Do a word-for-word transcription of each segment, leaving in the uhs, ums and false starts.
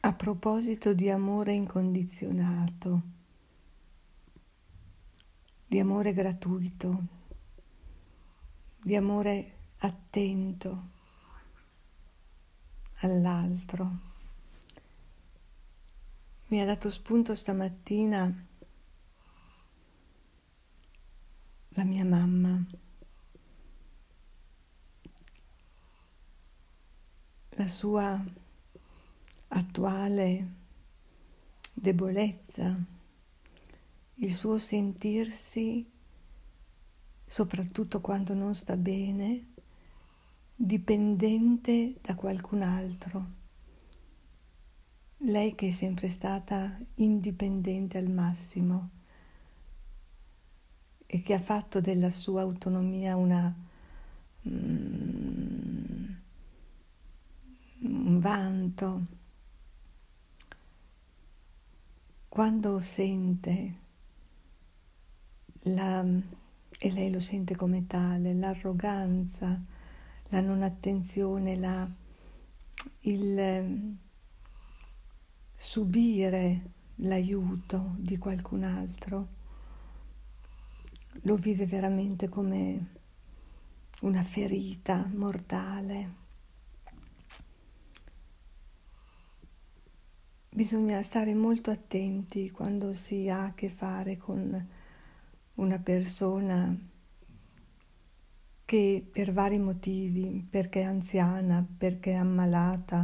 A proposito di amore incondizionato, di amore gratuito, di amore attento all'altro, mi ha dato spunto stamattina la mia mamma, la sua attuale debolezza, il suo sentirsi, soprattutto quando non sta bene, dipendente da qualcun altro. Lei che è sempre stata indipendente al massimo e che ha fatto della sua autonomia una, mm, un vanto. Quando sente, la, e lei lo sente come tale, l'arroganza, la non attenzione, la, il eh, subire l'aiuto di qualcun altro, lo vive veramente come una ferita mortale. Bisogna stare molto attenti quando si ha a che fare con una persona che per vari motivi, perché è anziana, perché è ammalata,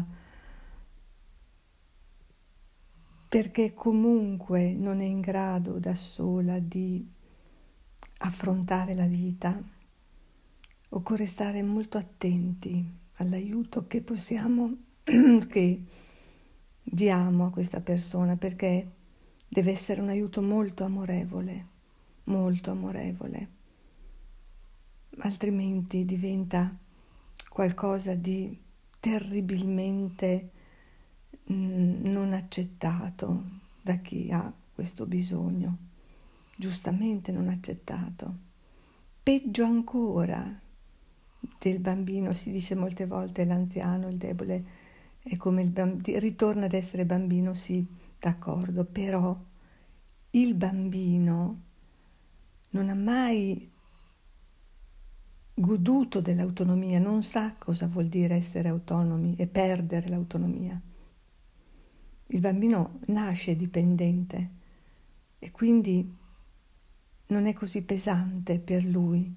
perché comunque non è in grado da sola di affrontare la vita, occorre stare molto attenti all'aiuto che possiamo, che diamo a questa persona, perché deve essere un aiuto molto amorevole, molto amorevole, altrimenti diventa qualcosa di terribilmente mh, non accettato da chi ha questo bisogno, giustamente non accettato. Peggio ancora del bambino, si dice molte volte l'anziano, il debole, è come il bambino, ritorna ad essere bambino, sì, d'accordo, però il bambino non ha mai goduto dell'autonomia, non sa cosa vuol dire essere autonomi e perdere l'autonomia. Il bambino nasce dipendente e quindi non è così pesante per lui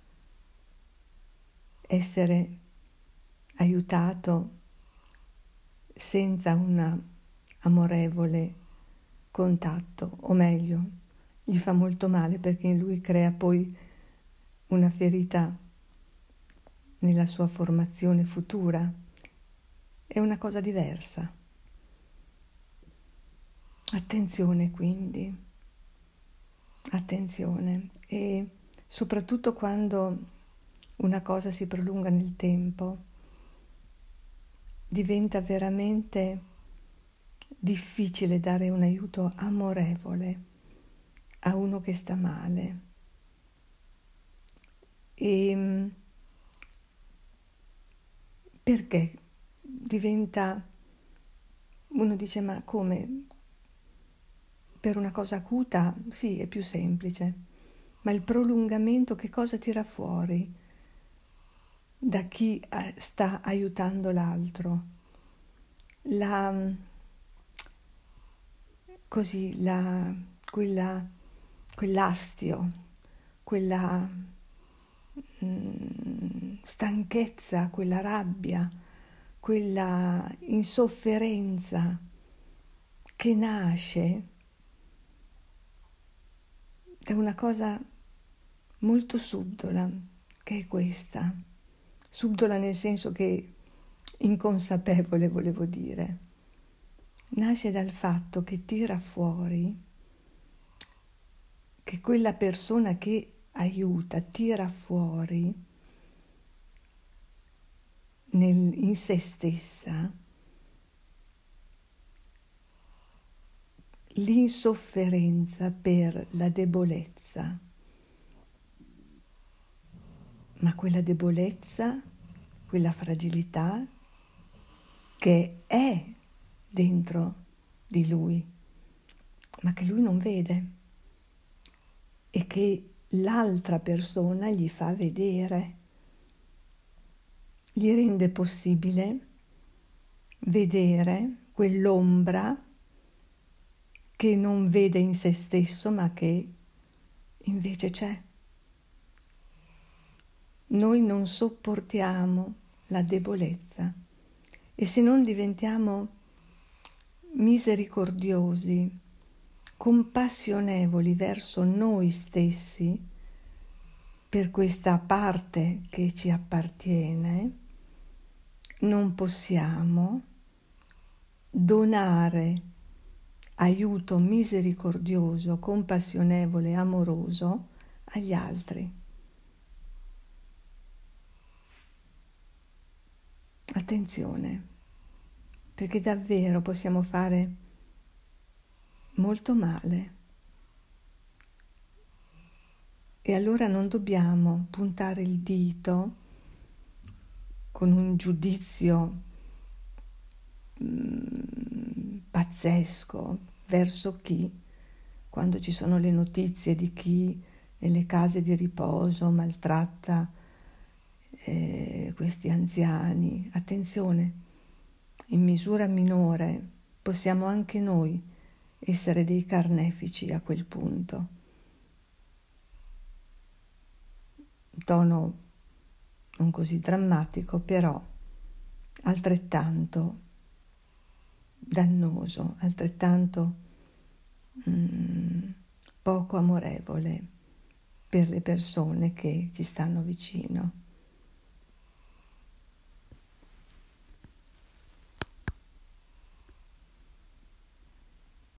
essere aiutato senza un amorevole contatto, o meglio, gli fa molto male perché in lui crea poi una ferita nella sua formazione futura. È una cosa diversa. Attenzione quindi, attenzione, e soprattutto quando una cosa si prolunga nel tempo, diventa veramente difficile dare un aiuto amorevole a uno che sta male. E perché diventa, uno dice, ma come? Per una cosa acuta, sì, è più semplice, ma il prolungamento che cosa tira fuori da chi sta aiutando l'altro? La, così, la, quella, quell'astio, quella mh, stanchezza, quella rabbia, quella insofferenza che nasce da una cosa molto subdola, che è questa. Subdola nel senso che inconsapevole, volevo dire. Nasce dal fatto che tira fuori, che quella persona che aiuta tira fuori nel, in se stessa l'insofferenza per la debolezza, ma quella debolezza, quella fragilità che è dentro di lui, ma che lui non vede e che l'altra persona gli fa vedere, gli rende possibile vedere quell'ombra che non vede in se stesso, ma che invece c'è. Noi non sopportiamo la debolezza e se non diventiamo misericordiosi, compassionevoli verso noi stessi per questa parte che ci appartiene, non possiamo donare aiuto misericordioso, compassionevole, amoroso agli altri. Attenzione, perché davvero possiamo fare molto male. E allora non dobbiamo puntare il dito con un giudizio mm, pazzesco verso chi, quando ci sono le notizie di chi nelle case di riposo maltratta eh, questi anziani. Attenzione, in misura minore possiamo anche noi essere dei carnefici a quel punto. Tono non così drammatico, però altrettanto dannoso, altrettanto mm, poco amorevole per le persone che ci stanno vicino.